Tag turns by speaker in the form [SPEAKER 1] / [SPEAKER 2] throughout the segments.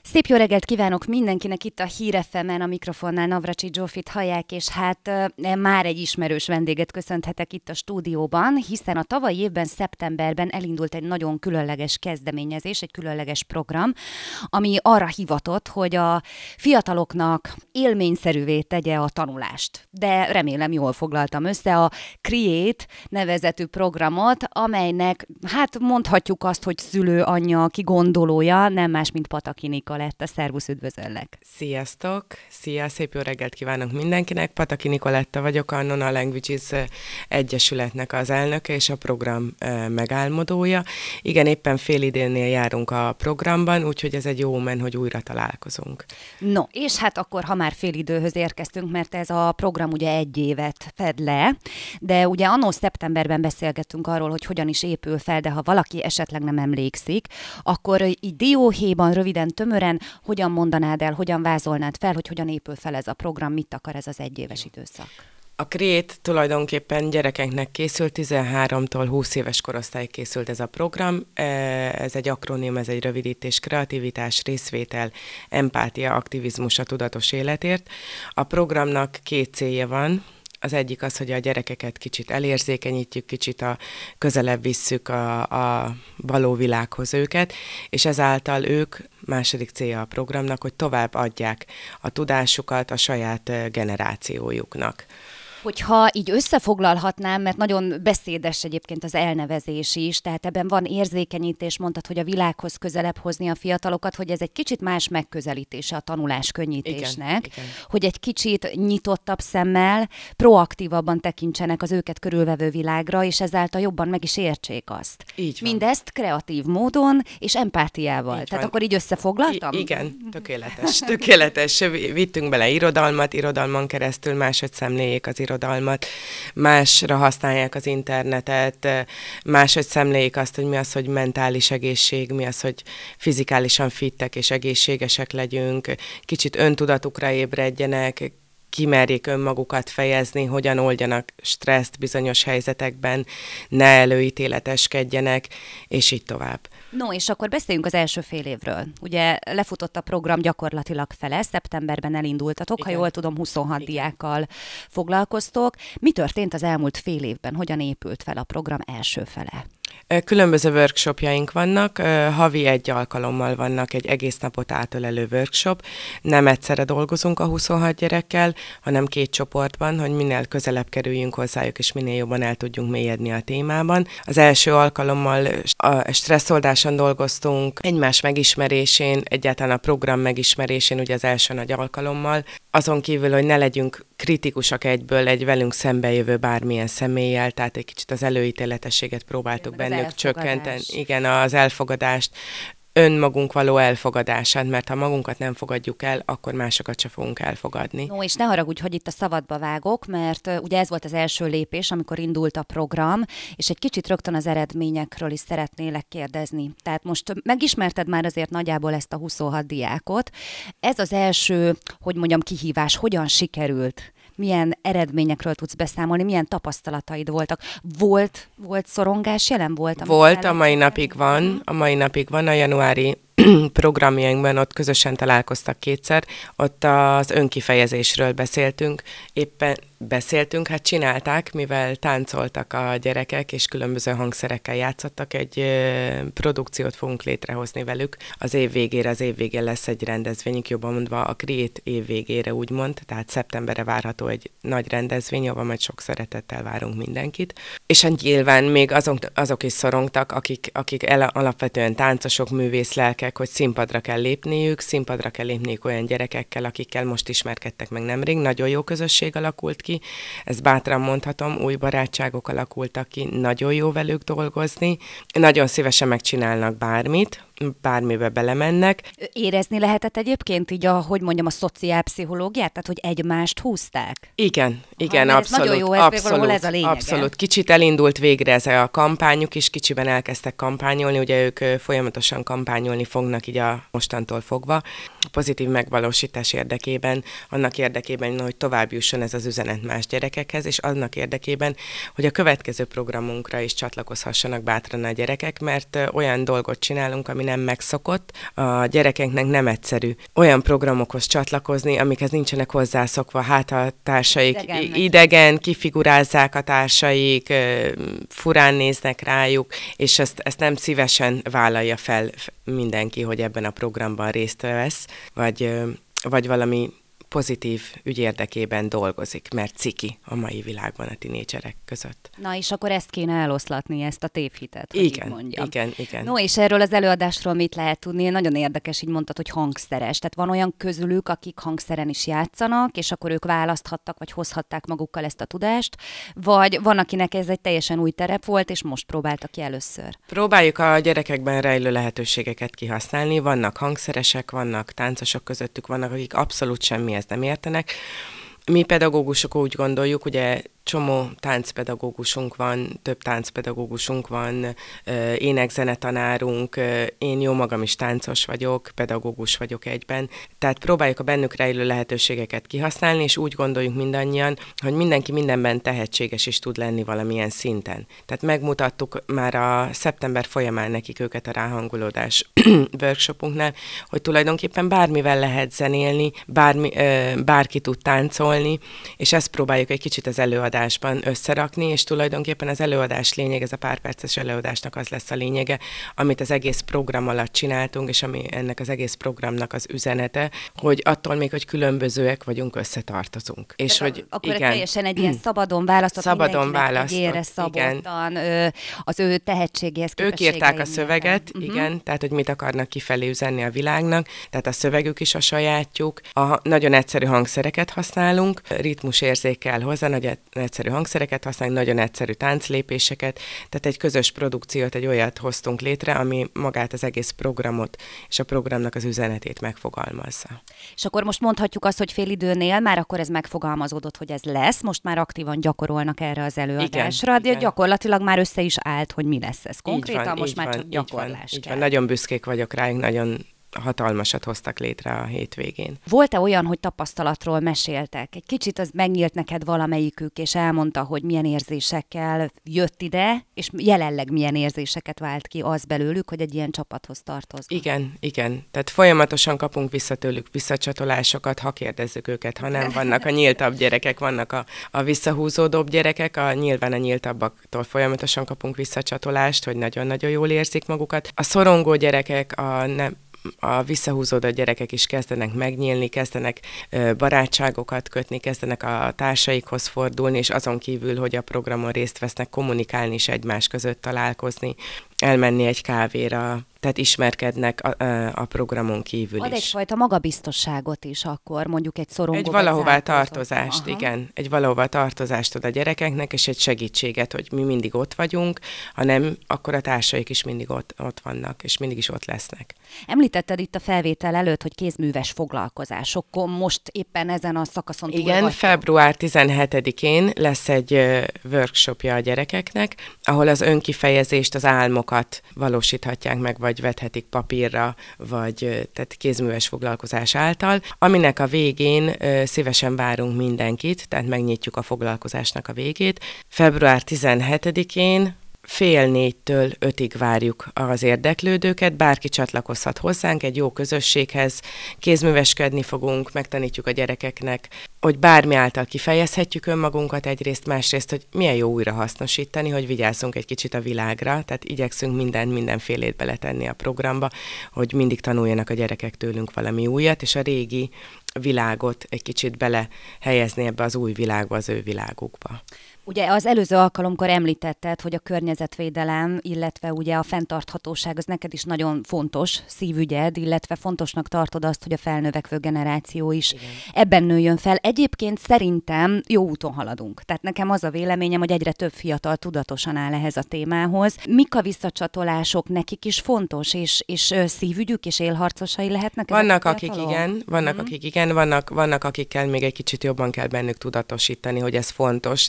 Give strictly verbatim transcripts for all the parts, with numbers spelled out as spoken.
[SPEAKER 1] Szép jó reggelt kívánok mindenkinek, itt a Hír ef emen, a mikrofonnál Navracsics Zsófit hallják, és hát e, már egy ismerős vendéget köszönhetek itt a stúdióban, hiszen a tavalyi évben, szeptemberben elindult egy nagyon különleges kezdeményezés, egy különleges program, ami arra hivatott, hogy a fiataloknak élményszerűvé tegye a tanulást. De remélem jól foglaltam össze a Create nevezetű programot, amelynek hát mondhatjuk azt, hogy szülő, anyja, kigondolója, nem más, mint Pataki Nikoletta. Szervusz, üdvözöllek!
[SPEAKER 2] Sziasztok! Szia! Szép jó reggelt kívánok mindenkinek! Pataki Nikoletta vagyok, a Nona Languages Egyesületnek az elnöke és a program megálmodója. Igen, éppen fél időnél járunk a programban, úgyhogy ez egy jó men, hogy újra találkozunk.
[SPEAKER 1] No, és hát akkor, ha már fél időhöz érkeztünk, mert ez a program ugye egy évet fed le, de ugye annó szeptemberben beszélgettünk arról, hogy hogyan is épül fel, de ha valaki esetleg nem emlékszik, akkor így dióhéjban, röviden, tömören, hogyan mondanád el, hogyan vázolnád fel, hogy hogyan épül fel ez a program, mit akar ez az egyéves időszak?
[SPEAKER 2] A Create tulajdonképpen gyerekeknek készült, tizenháromtól húsz éves korosztályig készült ez a program. Ez egy akroném, ez egy rövidítés: kreativitás, részvétel, empátia, aktivizmus a tudatos életért. A programnak két célja van. Az egyik az, hogy a gyerekeket kicsit elérzékenyítjük, kicsit a közelebb visszük a, a való világhoz őket, és ezáltal ők, második célja a programnak, hogy tovább adják a tudásukat a saját generációjuknak.
[SPEAKER 1] Hogyha így összefoglalhatnám, mert nagyon beszédes egyébként az elnevezés is, tehát ebben van érzékenyítés, mondtad, hogy a világhoz közelebb hozni a fiatalokat, hogy ez egy kicsit más megközelítése a tanulás könnyítésnek, igen, igen. Hogy egy kicsit nyitottabb szemmel, proaktívabban tekintsenek az őket körülvevő világra, és ezáltal jobban meg is értsék azt.
[SPEAKER 2] Így van.
[SPEAKER 1] Mindezt kreatív módon és empátiával.
[SPEAKER 2] Így
[SPEAKER 1] Tehát
[SPEAKER 2] van.
[SPEAKER 1] Akkor így összefoglaltam?
[SPEAKER 2] I- igen, tökéletes. Tökéletes. Vittünk bele irodalmat, irodalmon keresztül máshogy szemléljék az irodalmat, másra használják az internetet, máshogy szemléljék azt, hogy mi az, hogy mentális egészség, mi az, hogy fizikálisan fittek és egészségesek legyünk, kicsit öntudatukra ébredjenek, kimerjék önmagukat fejezni, hogyan oldjanak stresszt bizonyos helyzetekben, ne előítéleteskedjenek, és így tovább.
[SPEAKER 1] No, és akkor beszéljünk az első fél évről. Ugye lefutott a program gyakorlatilag fele, szeptemberben elindultatok, igen. Ha jól tudom, huszonhat igen. diákkal foglalkoztok. Mi történt az elmúlt fél évben? Hogyan épült fel a program első fele?
[SPEAKER 2] Különböző workshopjaink vannak, havi egy alkalommal vannak egy egész napot átölelő workshop. Nem egyszerre dolgozunk a huszonhat gyerekkel, hanem két csoportban, hogy minél közelebb kerüljünk hozzájuk, és minél jobban el tudjunk mélyedni a témában. Az első alkalommal a stresszoldáson dolgoztunk, egymás megismerésén, egyáltalán a program megismerésén, ugye az első nagy alkalommal. Azon kívül, hogy ne legyünk kritikusak egyből egy velünk szembejövő bármilyen személlyel, tehát egy kicsit az előítéletességet próbáltuk igen, bennük csökkenteni. Igen, az elfogadást, önmagunk való elfogadását, mert ha magunkat nem fogadjuk el, akkor másokat se fogunk elfogadni.
[SPEAKER 1] No, és ne haragudj, hogy itt a szabadba vágok, mert uh, ugye ez volt az első lépés, amikor indult a program, és egy kicsit rögtön az eredményekről is szeretnélek kérdezni. Tehát most megismerted már azért nagyjából ezt a huszonhat diákot. Ez az első, hogy mondjam, kihívás, hogyan sikerült? Milyen eredményekről tudsz beszámolni, milyen tapasztalataid voltak? Volt, volt szorongás, jelen volt?
[SPEAKER 2] Volt, a mai napig van, a mai napig van, a januári programjainkban ott közösen találkoztak kétszer, ott az önkifejezésről beszéltünk, éppen beszéltünk, hát csinálták, mivel táncoltak a gyerekek, és különböző hangszerekkel játszottak, egy ö, produkciót fogunk létrehozni velük. Az év végére, az év végén lesz egy rendezvényünk, jobban mondva a Create év végére úgymond, tehát szeptemberre várható egy nagy rendezvény, ahol majd sok szeretettel várunk mindenkit. És hát nyilván még azok, azok is szorongtak, akik, akik el, alapvetően táncosok, művészlelkek, hogy színpadra kell lépniük, színpadra kell lépniük olyan gyerekekkel, akikkel most ismerkedtek meg nemrég. Nagyon jó közösség alakult ki, ezt bátran mondhatom, új barátságok alakultak ki, nagyon jó velük dolgozni, nagyon szívesen megcsinálnak bármit, bármibe belemennek.
[SPEAKER 1] Érezni lehetett egyébként így a, hogy mondjam, a szociálpszichológiát, tehát hogy egymást húzták?
[SPEAKER 2] Igen, igen,
[SPEAKER 1] ha,
[SPEAKER 2] abszolút.
[SPEAKER 1] Ez nagyon jó, ez
[SPEAKER 2] abszolút,
[SPEAKER 1] ez a lényege.
[SPEAKER 2] abszolút. Kicsit elindult végre ez a kampányuk is, kicsiben elkezdtek kampányolni, ugye ők folyamatosan kampányolni fognak így a mostantól fogva, pozitív megvalósítás érdekében, annak érdekében, hogy tovább jusson ez az üzenet más gyerekekhez, és annak érdekében, hogy a következő programunkra is csatlakozhassanak bátran a gyerekek, mert olyan dolgot csinálunk, ami nem megszokott. A gyerekeknek nem egyszerű olyan programokhoz csatlakozni, amikhez nincsenek hozzászokva, hát a társaik idegen, idegen kifigurázzák a társaik, furán néznek rájuk, és ezt, ezt nem szívesen vállalja fel mindenki, hogy ebben a programban részt vesz, vagy, vagy valami pozitív ügy érdekében dolgozik, mert ciki a mai világban a tinédzserek között.
[SPEAKER 1] Na, és akkor ezt kéne eloszlatni, ezt a tévhitet, hogy
[SPEAKER 2] igen,
[SPEAKER 1] így mondjam.
[SPEAKER 2] Igen, igen.
[SPEAKER 1] No, és erről az előadásról mit lehet tudni? Nagyon érdekes, így mondtad, hogy hangszeres. Tehát van olyan közülük, akik hangszeren is játszanak, és akkor ők választhattak, vagy hozhatták magukkal ezt a tudást, vagy van, akinek ez egy teljesen új terep volt, és most próbáltak ki először?
[SPEAKER 2] Próbáljuk a gyerekekben rejlő lehetőségeket kihasználni. Vannak hangszeresek, vannak táncosok közöttük, vannak, akik abszolút semmi ezt nem értenek. Mi pedagógusok úgy gondoljuk, ugye csomó táncpedagógusunk van, több táncpedagógusunk van, énekzenetanárunk, én jó magam is táncos vagyok, pedagógus vagyok egyben, tehát próbáljuk a bennük rejlő lehetőségeket kihasználni, és úgy gondoljuk mindannyian, hogy mindenki mindenben tehetséges is tud lenni valamilyen szinten. Tehát megmutattuk már a szeptember folyamán nekik őket a ráhangolódás workshopunknál, hogy tulajdonképpen bármivel lehet zenélni, bármi, bárki tud táncolni, és ezt próbáljuk egy kicsit az előadásban összerakni, és tulajdonképpen az előadás lényeg, ez a pár perces előadásnak az lesz a lényege, amit az egész program alatt csináltunk, és ami ennek az egész programnak az üzenete, hogy attól még, hogy különbözőek vagyunk, összetartozunk. És
[SPEAKER 1] Tehát
[SPEAKER 2] hogy
[SPEAKER 1] akkor
[SPEAKER 2] igen,
[SPEAKER 1] teljesen egy ilyen szabadon választott,
[SPEAKER 2] szabadon választott,
[SPEAKER 1] egyére szabottan, ö, az ő tehetségéhez,
[SPEAKER 2] ők írták a szöveget, uh-huh. igen, tehát hogy mit akarnak kifelé üzenni a világnak, tehát a szövegük is a sajátjuk. A nagyon egyszerű hangszereket használunk, ritmusérzék kell hozzá, nagyon egyszerű hangszereket használunk, nagyon egyszerű tánclépéseket, tehát egy közös produkciót, egy olyat hoztunk létre, ami magát az egész programot és a programnak az üzenetét megfogalmazza.
[SPEAKER 1] És akkor most mondhatjuk azt, hogy félidőnél már akkor ez megfogalmazódott, hogy ez lesz, most már aktívan gyakorolnak erre az előadásra,
[SPEAKER 2] igen,
[SPEAKER 1] de
[SPEAKER 2] igen.
[SPEAKER 1] Gyakorlatilag már össze is állt, hogy mi lesz ez konkrétan,
[SPEAKER 2] van,
[SPEAKER 1] most már
[SPEAKER 2] van,
[SPEAKER 1] csak gyakorlás
[SPEAKER 2] így van,
[SPEAKER 1] kell.
[SPEAKER 2] így van. Nagyon büszkék vagyok rájuk, nagyon hatalmasat hoztak létre a hétvégén.
[SPEAKER 1] Volt-e olyan, hogy tapasztalatról meséltek? Egy kicsit az megnyílt neked valamelyikük, és elmondta, hogy milyen érzésekkel jött ide, és jelenleg milyen érzéseket vált ki az belőlük, hogy egy ilyen csapathoz tartoznak?
[SPEAKER 2] Igen, igen. Tehát folyamatosan kapunk vissza tőlük visszacsatolásokat, ha kérdezzük őket, ha nem, vannak a nyíltabb gyerekek, vannak a, a visszahúzódóbb gyerekek, a nyilván a nyíltabbaktól folyamatosan kapunk visszacsatolást, hogy nagyon-nagyon jól érzik magukat. A szorongó gyerekek, a nem a visszahúzódott gyerekek is kezdenek megnyílni, kezdenek barátságokat kötni, kezdenek a társaikhoz fordulni, és azon kívül, hogy a programon részt vesznek, kommunikálni is egymás között, találkozni, elmenni egy kávéra, tehát ismerkednek a, a programon kívül
[SPEAKER 1] Ad
[SPEAKER 2] is.
[SPEAKER 1] egyfajta magabiztosságot is akkor, mondjuk egy szorongó.
[SPEAKER 2] Egy valahová tartozást, aha. igen. Egy valahová tartozást ad a gyerekeknek, és egy segítséget, hogy mi mindig ott vagyunk, ha nem, akkor a társaik is mindig ott, ott vannak, és mindig is ott lesznek.
[SPEAKER 1] Említetted itt a felvétel előtt, hogy kézműves foglalkozásokon most éppen ezen a szakaszon túl
[SPEAKER 2] igen,
[SPEAKER 1] vagytok.
[SPEAKER 2] február tizenhetedikén lesz egy uh, workshopja a gyerekeknek, ahol az önkifejezést, az álmokat valósíthatják meg, vagy vethetik papírra, vagy uh, tehát kézműves foglalkozás által, aminek a végén uh, szívesen várunk mindenkit, tehát megnyitjuk a foglalkozásnak a végét. február tizenhetedikén fél négytől ötig várjuk az érdeklődőket, bárki csatlakozhat hozzánk egy jó közösséghez, kézműveskedni fogunk, megtanítjuk a gyerekeknek, hogy bármi által kifejezhetjük önmagunkat egyrészt, másrészt, hogy milyen jó újra hasznosítani, hogy vigyázzunk egy kicsit a világra, tehát igyekszünk minden, mindenfélét beletenni a programba, hogy mindig tanuljanak a gyerekek tőlünk valami újat, és a régi világot egy kicsit bele helyezni ebbe az új világba, az ő világukba.
[SPEAKER 1] Ugye az előző alkalomkor említetted, hogy a környezetvédelem, illetve ugye a fenntarthatóság az neked is nagyon fontos szívügyed, illetve fontosnak tartod azt, hogy a felnövekvő generáció is igen. ebben nőjön fel. Egyébként szerintem jó úton haladunk. Tehát nekem az a véleményem, hogy egyre több fiatal tudatosan áll ehhez a témához. Mik a visszacsatolások, nekik is fontos, és, és szívügyük és élharcosai lehetnek?
[SPEAKER 2] Vannak akik igen, vannak mm. akik igen, vannak, vannak akikkel még egy kicsit jobban kell bennük tudatosítani, hogy ez fontos, nem csak a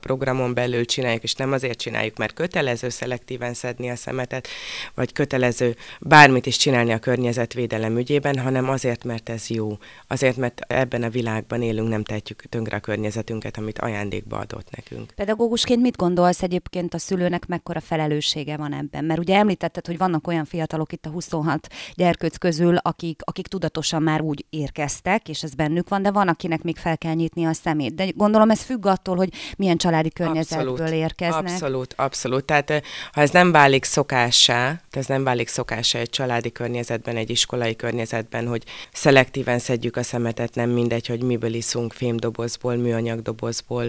[SPEAKER 2] programon belül csináljuk, és nem azért csináljuk, mert kötelező szelektíven szedni a szemetet, vagy kötelező bármit is csinálni a környezetvédelem ügyében, hanem azért, mert ez jó. Azért, mert ebben a világban élünk, nem tehetjük tönkre a környezetünket, amit ajándékba adott nekünk.
[SPEAKER 1] Pedagógusként mit gondolsz egyébként a szülőnek, mekkora felelőssége van ebben? Mert ugye említetted, hogy vannak olyan fiatalok itt a huszonhat gyerkőc közül, akik, akik tudatosan már úgy érkeztek, és ez bennük van, de van, akinek még fel kell nyitni a szemét. De gondolom ez függ attól, hogy milyen családi környezetből
[SPEAKER 2] abszolút,
[SPEAKER 1] érkeznek.
[SPEAKER 2] Abszolút, abszolút. Tehát ha ez nem válik szokássá, ez nem válik szokássá egy családi környezetben, egy iskolai környezetben, hogy szelektíven szedjük a szemetet, nem mindegy, hogy miből iszunk, fémdobozból, műanyagdobozból,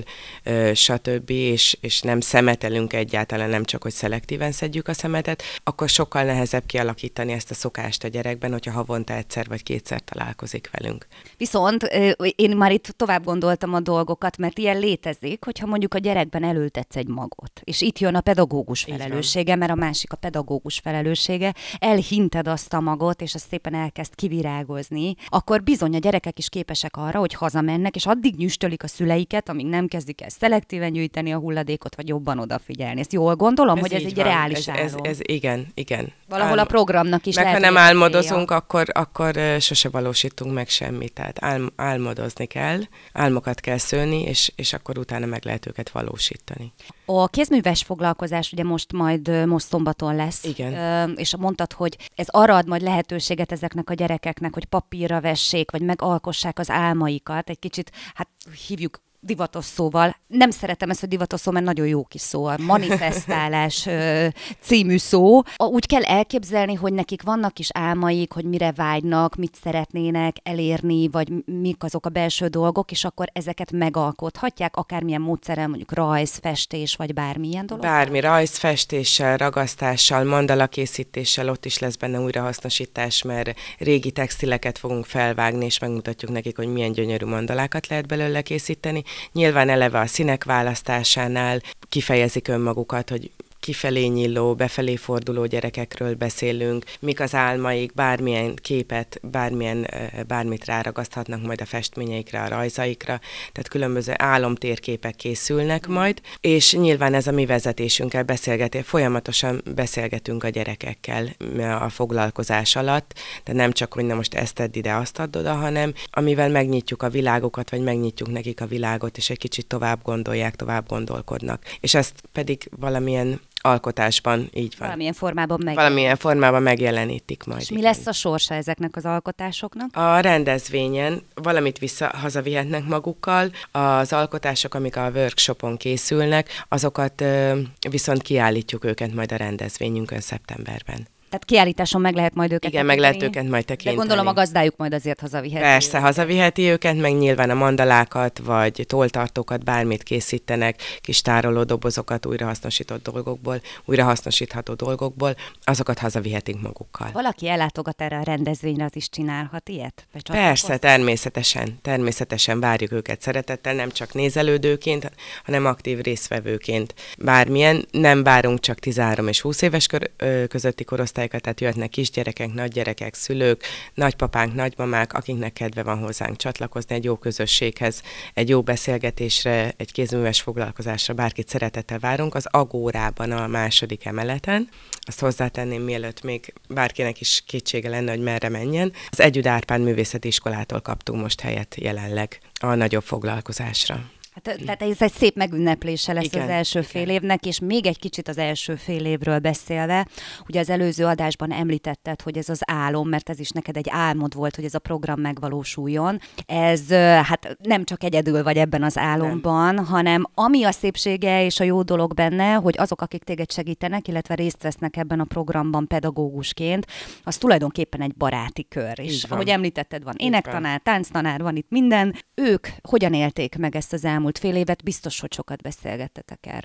[SPEAKER 2] stb., és, és nem szemetelünk egyáltalán, nem csak, hogy szelektíven szedjük a szemetet, akkor sokkal nehezebb kialakítani ezt a szokást a gyerekben, hogyha havonta egyszer vagy kétszer találkozik velünk.
[SPEAKER 1] Viszont én már itt tovább gondoltam a dolgokat, mert ilyen létezik, hogyha mondjuk a gyerekben elültetsz egy magot, és itt jön a pedagógus felelőssége, mert a másik a pedagógus felelőssége, elhinted azt a magot, és az szépen elkezd kivirágozni, akkor bizony a gyerekek is képesek arra, hogy hazamennek, és addig nyüstölik a szüleiket, amíg nem kezdik el szelektíven gyűjteni a hulladékot, vagy jobban odafigyelni. Ezt jól gondolom, ez hogy ez egy van. Reális
[SPEAKER 2] ez, ez, ez igen, igen.
[SPEAKER 1] Valahol Álm... a programnak is
[SPEAKER 2] meg
[SPEAKER 1] lehet,
[SPEAKER 2] ha nem álmodozunk, akkor, akkor sose valósítunk meg semmit. Tehát álm, álmodozni kell, álmokat kell szőni, és, és akkor utána meg lehet őket valósítani.
[SPEAKER 1] A kézműves foglalkozás ugye most majd most szombaton lesz.
[SPEAKER 2] Igen.
[SPEAKER 1] És mondtad, hogy ez arra ad majd lehetőséget ezeknek a gyerekeknek, hogy papírra vessék, vagy megalkossák az álmaikat. Egy kicsit, hát hívjuk divatos szóval. Nem szeretem ezt a divatos szó, mert nagyon jó kis szó. A manifestálás című szó. Úgy kell elképzelni, hogy nekik vannak is álmaik, hogy mire vágynak, mit szeretnének elérni, vagy mik azok a belső dolgok, és akkor ezeket megalkothatják, akármilyen módszeren, mondjuk rajz, festés, vagy bármilyen dolog?
[SPEAKER 2] Bármi, rajz, festéssel, ragasztással, mandalakészítéssel, ott is lesz benne újrahasznosítás, mert régi textileket fogunk felvágni, és megmutatjuk nekik, hogy milyen gyönyörű mandalákat lehet belőle készíteni. Nyilván eleve a színek választásánál kifejezik önmagukat, hogy kifelé nyíló, befelé forduló gyerekekről beszélünk, mik az álmaik, bármilyen képet, bármilyen, bármit ráragaszthatnak majd a festményeikre, a rajzaikra, tehát különböző álomtérképek készülnek majd, és nyilván ez a mi vezetésünkkel beszélgetés, folyamatosan beszélgetünk a gyerekekkel a foglalkozás alatt, de nem csak, hogy na most ezt tedd ide, azt add oda, hanem amivel megnyitjuk a világokat, vagy megnyitjuk nekik a világot, és egy kicsit tovább gondolják, tovább gondolkodnak. És ezt pedig valamilyen alkotásban így van.
[SPEAKER 1] Valamilyen formában meg.
[SPEAKER 2] Valamilyen formában megjelenítik majd.
[SPEAKER 1] És mi lesz a sorsa ezeknek az alkotásoknak?
[SPEAKER 2] A rendezvényen valamit vissza hazavihetnek magukkal, az alkotások, amik a workshopon készülnek, azokat ö, viszont kiállítjuk őket majd a rendezvényünkön szeptemberben.
[SPEAKER 1] Tehát kiállításon meg lehet majd őket
[SPEAKER 2] Igen,
[SPEAKER 1] tekinteni.
[SPEAKER 2] meg lehet őket majd tekinteni.
[SPEAKER 1] De gondolom a gazdájuk majd azért hazaviheti.
[SPEAKER 2] Persze, hazaviheti őket, meg nyilván a mandalákat, vagy tolltartókat, bármit készítenek, kis tároló dobozokat újrahasznosított dolgokból, újrahasznosítható dolgokból, azokat hazavihetik magukkal.
[SPEAKER 1] Valaki ellátogat erre a rendezvényre, az is csinálhat ilyet?
[SPEAKER 2] Persze, természetesen. Természetesen várjuk őket szeretettel, nem csak nézelődőként, hanem aktív résztvevőként. Bármilyen, nem várunk csak tizenhárom és húsz éves kör, ö, közötti korosztály, tehát jöhetnek kisgyerekek, nagygyerekek, szülők, nagypapánk, nagymamák, akiknek kedve van hozzánk csatlakozni egy jó közösséghez, egy jó beszélgetésre, egy kézműves foglalkozásra, bárkit szeretettel várunk. Az Agórában a második emeleten, azt hozzátenném, mielőtt még bárkinek is kétsége lenne, hogy merre menjen. Az Együd Árpád Művészeti Iskolától kaptunk most helyet jelenleg a nagyobb foglalkozásra.
[SPEAKER 1] Hát, tehát ez egy szép megünneplése lesz
[SPEAKER 2] igen,
[SPEAKER 1] az első
[SPEAKER 2] igen.
[SPEAKER 1] fél évnek, és még egy kicsit az első fél évről beszélve, ugye az előző adásban említetted, hogy ez az álom, mert ez is neked egy álmod volt, hogy ez a program megvalósuljon. Ez hát nem csak egyedül vagy ebben az álomban, nem. hanem ami a szépsége és a jó dolog benne, hogy azok, akik téged segítenek, illetve részt vesznek ebben a programban pedagógusként, az tulajdonképpen egy baráti kör. És ahogy említetted, van énektanár, tánctanár, van itt minden. Ők hogyan élték meg ezt az elmúlt fél évet? Biztos, hogy sokat beszélgettetek erről.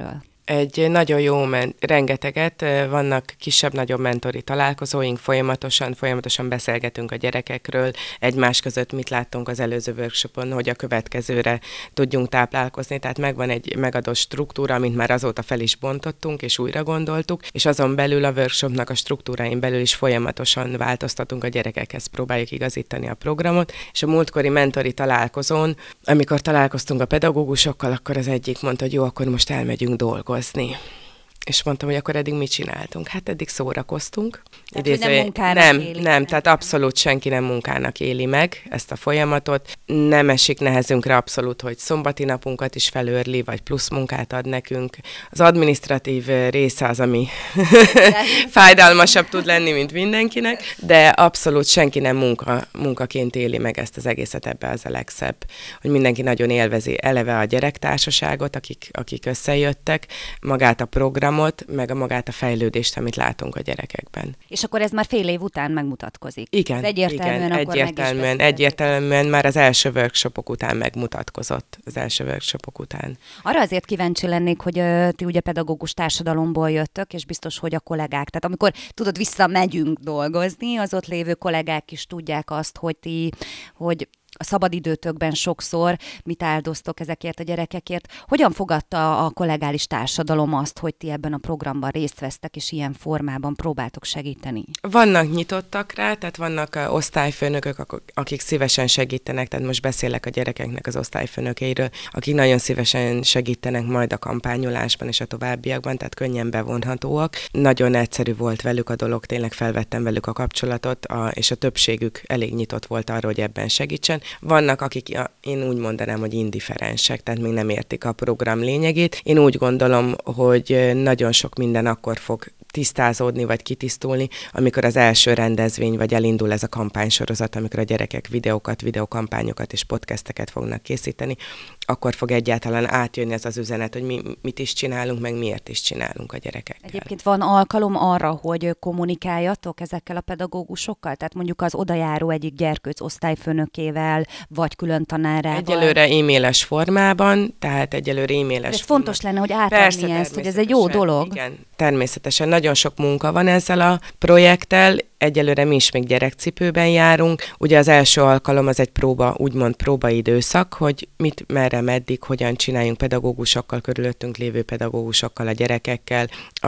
[SPEAKER 2] Egy nagyon jó, men- rengeteget, vannak kisebb-nagyobb mentori találkozóink, folyamatosan, folyamatosan beszélgetünk a gyerekekről, egymás között mit láttunk az előző workshopon, hogy a következőre tudjunk táplálkozni, tehát megvan egy megadott struktúra, amit már azóta fel is bontottunk, és újra gondoltuk, és azon belül a workshopnak a struktúráin belül is folyamatosan változtatunk a gyerekekhez, próbáljuk igazítani a programot, és a múltkori mentori találkozón, amikor találkoztunk a pedagógusokkal, akkor az egyik mondta, hogy jó, akkor most elmegyünk dolgozni. És mondtam, hogy akkor eddig mit csináltunk? Hát eddig szórakoztunk.
[SPEAKER 1] Tehát, Idéző, nem munkának
[SPEAKER 2] Nem,
[SPEAKER 1] éli
[SPEAKER 2] nem,
[SPEAKER 1] meg.
[SPEAKER 2] tehát abszolút senki nem munkának éli meg ezt a folyamatot. Nem esik nehezünkre abszolút, hogy szombati napunkat is felőrli, vagy plusz munkát ad nekünk. Az adminisztratív része az, ami fájdalmasabb tud lenni, mint mindenkinek, de abszolút senki nem munka, munkaként éli meg ezt az egészet, ebbe az a legszebb. Hogy mindenki nagyon élvezi eleve a gyerektársaságot, akik, akik összejöttek, magát a programot, meg a magát a fejlődést, amit látunk a gyerekekben.
[SPEAKER 1] És akkor ez már fél év után megmutatkozik.
[SPEAKER 2] Igen,
[SPEAKER 1] ez egyértelműen,
[SPEAKER 2] igen,
[SPEAKER 1] akkor
[SPEAKER 2] egyértelműen,
[SPEAKER 1] meg is
[SPEAKER 2] egyértelműen már az első workshopok után megmutatkozott, az első workshopok után.
[SPEAKER 1] Arra azért kíváncsi lennék, hogy uh, ti ugye pedagógus társadalomból jöttök, és biztos, hogy a kollégák, tehát amikor tudod, visszamegyünk dolgozni, az ott lévő kollégák is tudják azt, hogy ti, hogy a szabadidőtökben sokszor mit áldoztok ezekért a gyerekekért. Hogyan fogadta a kollegális társadalom azt, hogy ti ebben a programban részt vesztek, és ilyen formában próbáltok segíteni?
[SPEAKER 2] Vannak nyitottak rá, tehát vannak uh, osztályfőnökök, akik szívesen segítenek, tehát most beszélek a gyerekeknek az osztályfőnökeiről, akik nagyon szívesen segítenek majd a kampányolásban és a továbbiakban, tehát könnyen bevonhatóak. Nagyon egyszerű volt velük a dolog, tényleg felvettem velük a kapcsolatot, a, és a többségük elég nyitott volt arra, hogy ebben segítsen. Vannak, akik, ja, én úgy mondanám, hogy indiferensek, tehát még nem értik a program lényegét. Én úgy gondolom, hogy nagyon sok minden akkor fog tisztázódni, vagy kitisztulni, amikor az első rendezvény, vagy elindul ez a kampánysorozat, amikor a gyerekek videókat, videokampányokat és podcasteket fognak készíteni, akkor fog egyáltalán átjönni ez az üzenet, hogy mi mit is csinálunk, meg miért is csinálunk a gyerekekkel.
[SPEAKER 1] Egyébként van alkalom arra, hogy kommunikáljatok ezekkel a pedagógusokkal? Tehát mondjuk az odajáró egyik gyerkőc osztályfőnökével, vagy külön tanárával?
[SPEAKER 2] Egyelőre e-mailes formában, tehát egyelőre e-mailes
[SPEAKER 1] ez fontos lenne, hogy átadni
[SPEAKER 2] Persze,
[SPEAKER 1] ezt, hogy ez egy jó dolog.
[SPEAKER 2] Igen, természetesen. Nagyon sok munka van ezzel a projekttel, egyelőre mi is még gyerekcipőben járunk. Ugye az első alkalom az egy próba, úgymond próbaidőszak, hogy mit, merre, meddig, hogyan csináljunk pedagógusokkal, körülöttünk lévő pedagógusokkal, a gyerekekkel,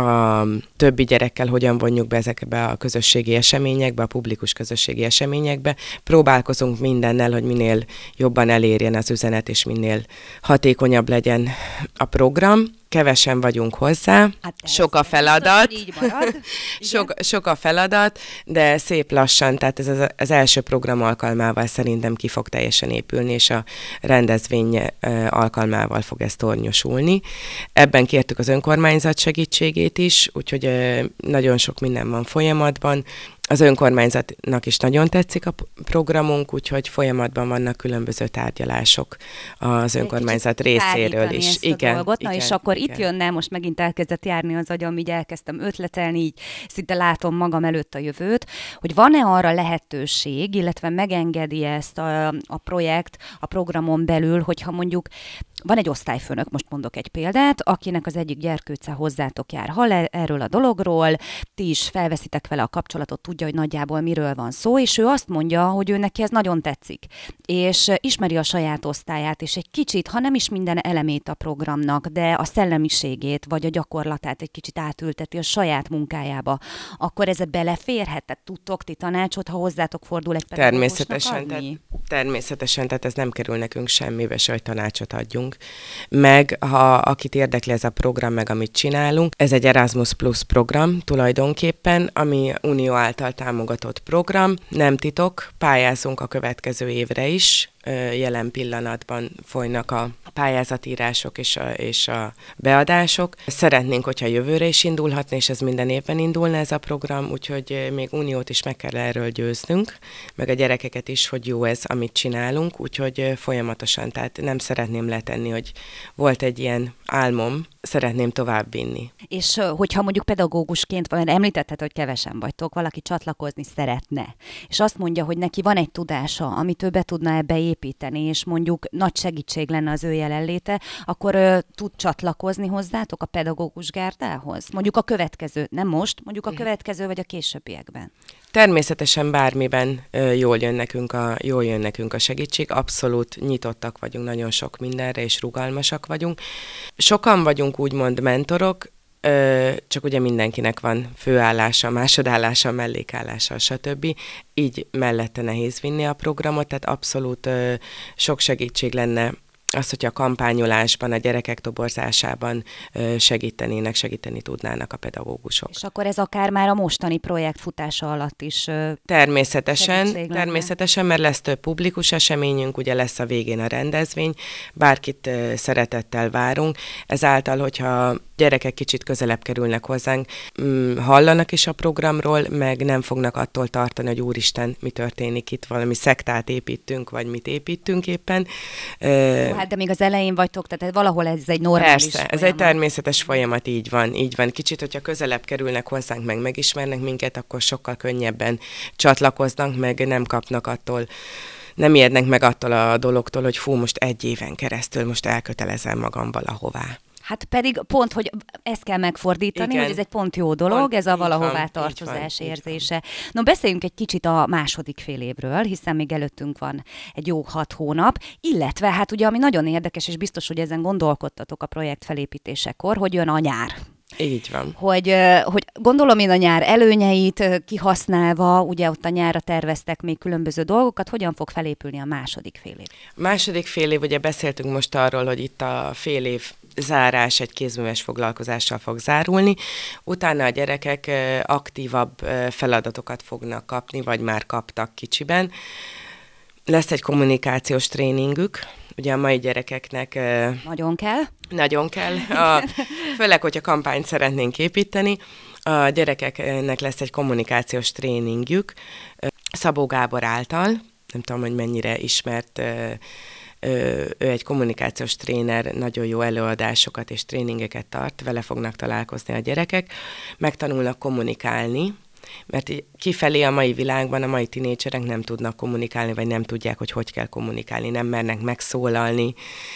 [SPEAKER 2] a többi gyerekkel, hogyan vonjuk be ezekbe a közösségi eseményekbe, a publikus közösségi eseményekbe. Próbálkozunk mindennel, hogy minél jobban elérjen az üzenet, és minél hatékonyabb legyen a program. Kevesen vagyunk hozzá, hát sok a feladat, biztos, így marad. sok, sok a feladat, de szép lassan, tehát ez az, az első program alkalmával szerintem ki fog teljesen épülni, és a rendezvény alkalmával fog ez tornyosulni. Ebben kértük az önkormányzat segítségét is, úgyhogy nagyon sok minden van folyamatban. Az önkormányzatnak is nagyon tetszik a programunk, úgyhogy folyamatban vannak különböző tárgyalások az önkormányzat részéről is.
[SPEAKER 1] Ezt
[SPEAKER 2] igen,
[SPEAKER 1] a dolgot. Na
[SPEAKER 2] igen,
[SPEAKER 1] és akkor
[SPEAKER 2] igen.
[SPEAKER 1] itt jönne, most megint elkezdett járni az agyam, így elkezdtem ötletelni, így szinte látom magam előtt a jövőt, hogy van-e arra lehetőség, illetve megengedi ezt a, a projekt a programon belül, hogyha mondjuk van egy osztályfőnök, most mondok egy példát, akinek az egyik gyerkőce hozzátok jár, hall erről a dologról, ti is felveszitek vele a kapcsolatot, tudja, hogy nagyjából miről van szó, és ő azt mondja, hogy ő neki ez nagyon tetszik, és ismeri a saját osztályát, és egy kicsit, ha nem is minden elemét a programnak, de a szellemiségét, vagy a gyakorlatát egy kicsit átülteti a saját munkájába, akkor ez beleférhet? Tehát tudtok ti tanácsot, ha hozzátok fordul egy pedagógusnak
[SPEAKER 2] Természetesen, tehát,
[SPEAKER 1] adni?
[SPEAKER 2] természetesen, tehát ez nem kerül nekünk semmibe, se, hogy tanácsot adjunk. Meg, ha akit érdekli ez a program, meg amit csinálunk, ez egy Erasmus Plus program tulajdonképpen, ami Unió által támogatott program, nem titok, pályázunk a következő évre is, jelen pillanatban folynak a pályázatírások és a, és a beadások. Szeretnénk, hogyha jövőre is indulhatna, és ez minden évben indulna ez a program, úgyhogy még Uniót is meg kell erről győznünk, meg a gyerekeket is, hogy jó ez, amit csinálunk, úgyhogy folyamatosan, tehát nem szeretném letenni, hogy volt egy ilyen álmom, szeretném továbbvinni.
[SPEAKER 1] És hogyha mondjuk pedagógusként, vagy említetted, hogy kevesen vagytok, valaki csatlakozni szeretne, és azt mondja, hogy neki van egy tudása, amit ő be tudna ebbe építeni, és mondjuk nagy segítség lenne az ő jelenléte, akkor ö, tud csatlakozni hozzátok a pedagógus gárdához? Mondjuk a következő, nem most, mondjuk a következő vagy a későbbiekben.
[SPEAKER 2] Természetesen bármiben ö, jól jön nekünk a, jól jön nekünk a segítség, abszolút nyitottak vagyunk nagyon sok mindenre, és rugalmasak vagyunk. Sokan vagyunk úgymond mentorok, ö, csak ugye mindenkinek van főállása, másodállása, mellékállása, stb. Így mellette nehéz vinni a programot, tehát abszolút ö, sok segítség lenne az, hogyha a kampányolásban, a gyerekek toborzásában segítenének, segíteni tudnának a pedagógusok.
[SPEAKER 1] És akkor ez akár már a mostani projekt futása alatt is
[SPEAKER 2] természetesen, természetesen, mert lesz több publikus eseményünk, ugye lesz a végén a rendezvény, bárkit szeretettel várunk, ezáltal, hogyha gyerekek kicsit közelebb kerülnek hozzánk, hallanak is a programról, meg nem fognak attól tartani, hogy úristen, mi történik itt, valami szektát építünk, vagy mit építünk éppen.
[SPEAKER 1] Ó, hát de még az elején vagytok, tehát valahol ez egy normális
[SPEAKER 2] Persze,
[SPEAKER 1] folyamat.
[SPEAKER 2] Ez egy természetes folyamat, így van, így van. Kicsit, hogyha közelebb kerülnek hozzánk, meg megismernek minket, akkor sokkal könnyebben csatlakoznak, meg nem kapnak attól, nem ijednek meg attól a dologtól, hogy fú, most egy éven keresztül most elkötelezem magam valahová.
[SPEAKER 1] Hát pedig pont, hogy ezt kell megfordítani,
[SPEAKER 2] Igen.
[SPEAKER 1] hogy ez egy pont jó dolog,
[SPEAKER 2] Pont,
[SPEAKER 1] ez a
[SPEAKER 2] így
[SPEAKER 1] valahová
[SPEAKER 2] van,
[SPEAKER 1] tartozás
[SPEAKER 2] így van,
[SPEAKER 1] érzése. Így van. No, beszéljünk egy kicsit a második fél évről, hiszen még előttünk van egy jó hat hónap, illetve hát ugye, ami nagyon érdekes, és biztos, hogy ezen gondolkodtatok a projekt felépítésekor, hogy jön a nyár.
[SPEAKER 2] Így van.
[SPEAKER 1] Hogy, hogy gondolom én a nyár előnyeit kihasználva, ugye ott a nyárra terveztek még különböző dolgokat, hogyan fog felépülni a második fél év?
[SPEAKER 2] A második fél év, ugye beszéltünk most arról, hogy itt a fél év zárás egy kézműves foglalkozással fog zárulni, utána a gyerekek aktívabb feladatokat fognak kapni, vagy már kaptak kicsiben. Lesz egy kommunikációs tréningük, ugye a mai gyerekeknek...
[SPEAKER 1] Nagyon kell.
[SPEAKER 2] Nagyon kell. A, főleg, hogyha kampányt szeretnénk építeni, a gyerekeknek lesz egy kommunikációs tréningjük Szabó Gábor által, nem tudom, hogy mennyire ismert, ő egy kommunikációs tréner, nagyon jó előadásokat és tréningeket tart, vele fognak találkozni a gyerekek, megtanulnak kommunikálni, mert kifelé a mai világban a mai tinédzserek nem tudnak kommunikálni, vagy nem tudják, hogy hogy kell kommunikálni, nem mernek megszólalni,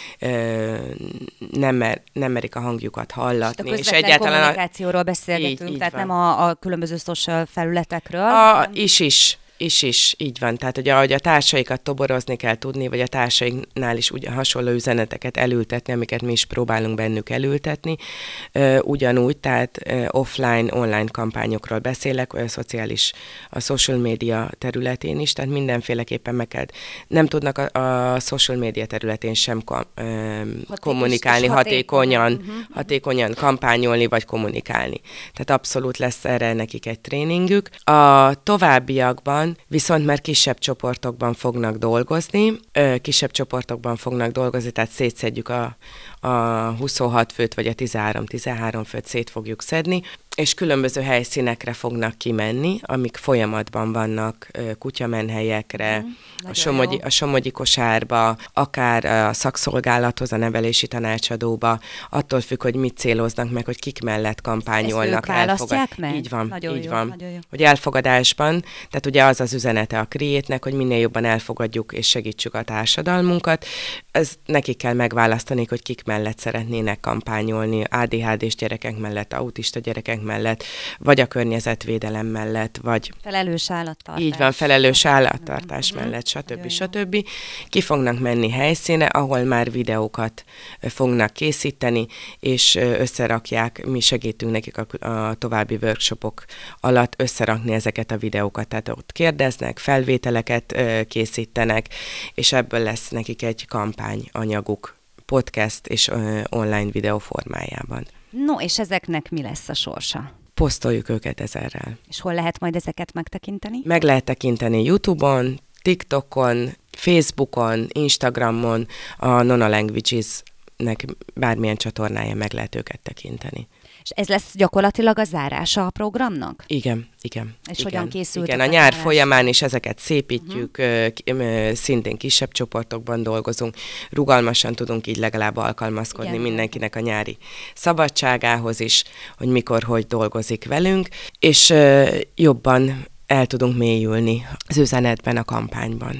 [SPEAKER 2] nem, mer, nem merik a hangjukat hallatni.
[SPEAKER 1] És egyáltalán kommunikációról beszélgetünk, így, tehát így nem a, a különböző social felületekről.
[SPEAKER 2] A, is is. Is is, így van. Tehát, hogy ahogy a társaikat toborozni kell tudni, vagy a társaiknál is ugyan hasonló üzeneteket elültetni, amiket mi is próbálunk bennük elültetni. Ugyanúgy, tehát offline, online kampányokról beszélek, olyan szociális, a social media területén is, tehát mindenféleképpen meg kell. Nem tudnak a, a social media területén sem kom, Haték, kommunikálni, hatékonyan, uh-huh. hatékonyan kampányolni, vagy kommunikálni. Tehát abszolút lesz erre nekik egy tréningük. A továbbiakban viszont már kisebb csoportokban fognak dolgozni, kisebb csoportokban fognak dolgozni, tehát szétszedjük a, a huszonhat főt, vagy a tizenhárom-tizenhárom főt szét fogjuk szedni, és különböző helyszínekre fognak kimenni, amik folyamatban vannak, kutyamenhelyekre, mm, a, Somogyi, a Somogyi kosárba, akár a szakszolgálathoz, a nevelési tanácsadóba, attól függ, hogy mit céloznak meg, hogy kik mellett kampányolnak.
[SPEAKER 1] Ezt ők választják meg?
[SPEAKER 2] Így van,
[SPEAKER 1] nagyon
[SPEAKER 2] így
[SPEAKER 1] jó,
[SPEAKER 2] van.
[SPEAKER 1] Nagyon jó.
[SPEAKER 2] Hogy elfogadásban, tehát ugye az az üzenete a Create-nek, hogy minél jobban elfogadjuk és segítsük a társadalmunkat. Ez nekik kell megválasztani, hogy kik mellett szeretnének kampányolni, á dé há dés gyerekek mellett, autista gyerekek mellett, vagy a környezetvédelem mellett, vagy...
[SPEAKER 1] Felelős állattartás.
[SPEAKER 2] Így van, felelős állattartás
[SPEAKER 1] uh-huh.
[SPEAKER 2] mellett, stb. stb. Ki fognak menni helyszíne, ahol már videókat fognak készíteni, és összerakják, mi segítünk nekik a, a további workshopok alatt összerakni ezeket a videókat, tehát ott kérdeznek, felvételeket készítenek, és ebből lesz nekik egy kampányanyaguk, podcast és online videó formájában.
[SPEAKER 1] No, és ezeknek mi lesz a sorsa?
[SPEAKER 2] Posztoljuk őket ezerrel.
[SPEAKER 1] És hol lehet majd ezeket megtekinteni?
[SPEAKER 2] Meg lehet tekinteni YouTube-on, TikTokon, Facebookon, Instagramon, a Nona Languages-nek bármilyen csatornája meg lehet őket tekinteni.
[SPEAKER 1] És ez lesz gyakorlatilag a zárása a programnak?
[SPEAKER 2] Igen, igen.
[SPEAKER 1] És
[SPEAKER 2] igen,
[SPEAKER 1] hogyan készültek?
[SPEAKER 2] Igen, a nyár folyamán is ezeket szépítjük, uh-huh. szintén kisebb csoportokban dolgozunk, rugalmasan tudunk így legalább alkalmazkodni igen, mindenkinek a nyári szabadságához is, hogy mikor, hogy dolgozik velünk, és jobban el tudunk mélyülni az üzenetben, a kampányban.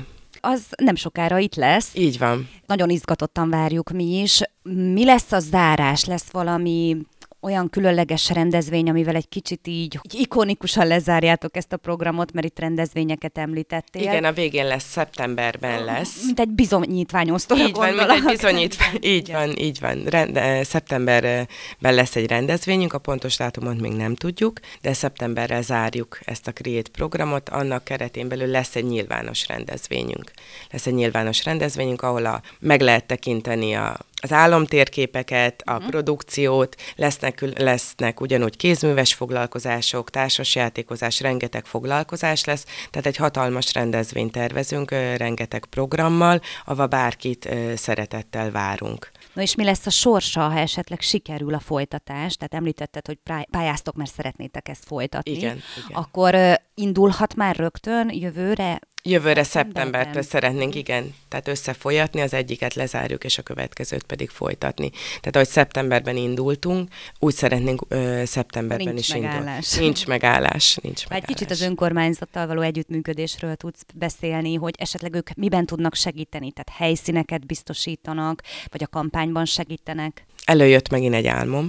[SPEAKER 1] az nem sokára itt lesz.
[SPEAKER 2] Így van.
[SPEAKER 1] Nagyon izgatottan várjuk mi is. Mi lesz a zárás? Lesz valami olyan különleges rendezvény, amivel egy kicsit így, így ikonikusan lezárjátok ezt a programot, mert itt rendezvényeket említettél.
[SPEAKER 2] Igen, a végén lesz, szeptemberben lesz.
[SPEAKER 1] Mint egy bizonyítványosztóra
[SPEAKER 2] Így van, mint egy bizonyítvány. Így van, így van. Rende, szeptemberben lesz egy rendezvényünk, a pontos dátumot még nem tudjuk, de szeptemberre zárjuk ezt a Create programot, annak keretén belül lesz egy nyilvános rendezvényünk. Lesz egy nyilvános rendezvényünk, ahol a, meg lehet tekinteni a az álomtérképeket, a uh-huh. produkciót, lesznek, lesznek ugyanúgy kézműves foglalkozások, társasjátékozás, rengeteg foglalkozás lesz, tehát egy hatalmas rendezvényt tervezünk, rengeteg programmal, ahova bárkit szeretettel várunk.
[SPEAKER 1] No és mi lesz a sorsa, ha esetleg sikerül a folytatás? Tehát említetted, hogy pályáztok, mert szeretnétek ezt folytatni.
[SPEAKER 2] Igen, igen.
[SPEAKER 1] Akkor uh, indulhat már rögtön jövőre?
[SPEAKER 2] Jövőre szeptembertől szeretnénk, igen, tehát összefolyatni, az egyiket lezárjuk, és a következőt pedig folytatni. Tehát ahogy szeptemberben indultunk, úgy szeretnénk ö, szeptemberben
[SPEAKER 1] nincs
[SPEAKER 2] is
[SPEAKER 1] megállás.
[SPEAKER 2] indulni. Nincs megállás. Nincs
[SPEAKER 1] ha
[SPEAKER 2] megállás.
[SPEAKER 1] egy kicsit az önkormányzattal való együttműködésről tudsz beszélni, hogy esetleg ők miben tudnak segíteni, tehát helyszíneket biztosítanak, vagy a kampányban segítenek?
[SPEAKER 2] Előjött megint egy álmom.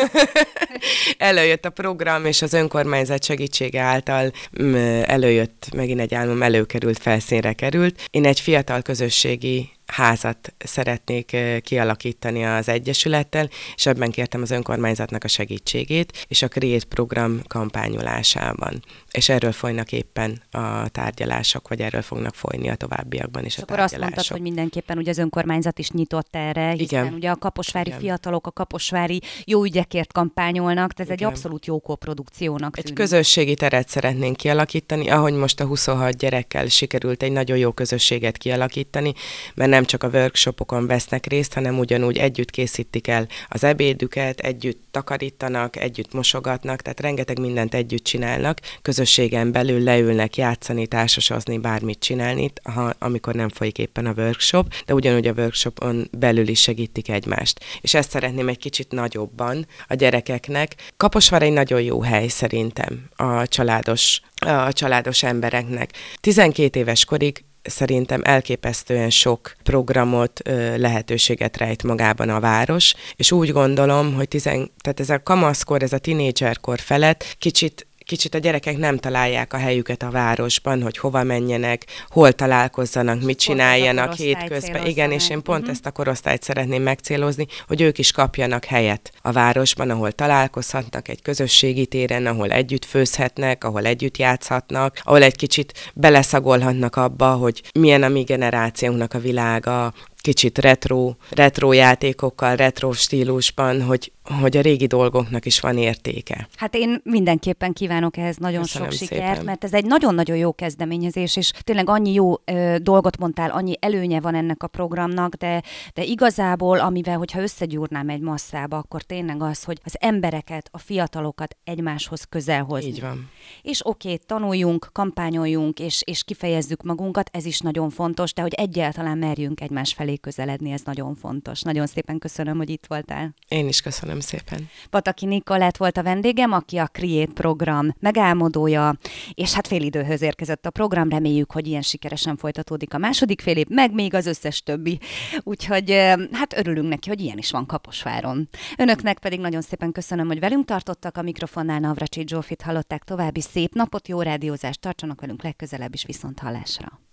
[SPEAKER 2] Előjött a program, és az önkormányzat segítsége által előjött megint egy álmom, előkerült, felszínre került. Én egy fiatal közösségi házat szeretnék kialakítani az Egyesülettel, és ebben kértem az önkormányzatnak a segítségét, és a Create program kampányolásában. És erről folynak éppen a tárgyalások, vagy erről fognak folyni a továbbiakban is
[SPEAKER 1] és
[SPEAKER 2] a
[SPEAKER 1] akkor
[SPEAKER 2] tárgyalások.
[SPEAKER 1] azt mondtad, hogy mindenképpen ugye az önkormányzat is nyitott erre, hiszen igen. ugye a kaposvári igen. fiatalok a kaposvári jó ügyekért kampányolnak, tehát ez igen. egy abszolút jó koprodukciónak tűnik.
[SPEAKER 2] Egy közösségi teret szeretnénk kialakítani, ahogy most a huszonhat gyerekkel sikerült egy nagyon jó közösséget kialakítani, mert nem csak a workshopokon vesznek részt, hanem ugyanúgy együtt készítik el az ebédüket, együtt takarítanak, együtt mosogatnak, tehát rengeteg mindent együtt csinálnak, közösségen belül leülnek játszani, társasozni, bármit csinálni, ha, amikor nem folyik éppen a workshop, de ugyanúgy a workshopon belül is segítik egymást. És ezt szeretném egy kicsit nagyobban a gyerekeknek. Kaposvár egy nagyon jó hely szerintem a családos, a családos embereknek. tizenkét éves korig szerintem elképesztően sok programot, lehetőséget rejt magában a város, és úgy gondolom, hogy tizen, tehát ez a kamaszkor, ez a tinédzserkor felett kicsit Kicsit a gyerekek nem találják a helyüket a városban, hogy hova menjenek, hol találkozzanak, mit csináljanak hétközben. Igen, és én pont uh-huh. ezt a korosztályt szeretném megcélozni, hogy ők is kapjanak helyet a városban, ahol találkozhatnak egy közösségi téren, ahol együtt főzhetnek, ahol együtt játszhatnak, ahol egy kicsit beleszagolhatnak abba, hogy milyen a mi generációnknak a világa, kicsit retro, retro játékokkal, retro stílusban, hogy, hogy a régi dolgoknak is van értéke.
[SPEAKER 1] Hát én mindenképpen kívánok ehhez nagyon Köszönöm sok sikert, szépen. Mert ez egy nagyon-nagyon jó kezdeményezés, és tényleg annyi jó ö, dolgot mondtál, annyi előnye van ennek a programnak, de, de igazából, amivel, hogyha összegyúrnám egy masszába, akkor tényleg az, hogy az embereket, a fiatalokat egymáshoz közel hozni.
[SPEAKER 2] Így van.
[SPEAKER 1] És oké, okay, tanuljunk, kampányoljunk, és, és kifejezzük magunkat, ez is nagyon fontos, de hogy egyáltalán merjünk egymás felé közeledni, ez nagyon fontos. Nagyon szépen köszönöm, hogy itt voltál.
[SPEAKER 2] Én is köszönöm szépen.
[SPEAKER 1] Pataki Nikolett volt a vendégem, aki a Create program megálmodója, és hát fél időhöz érkezett a program, reméljük, hogy ilyen sikeresen folytatódik a második fél év, meg még az összes többi. Úgyhogy hát örülünk neki, hogy ilyen is van Kaposváron. Önöknek pedig nagyon szépen köszönöm, hogy velünk tartottak, a mikrofonnál Navracsics Zsófit hallották, további szép napot, jó rádiózást, tartsanak velünk legközelebb is, viszont hallásra.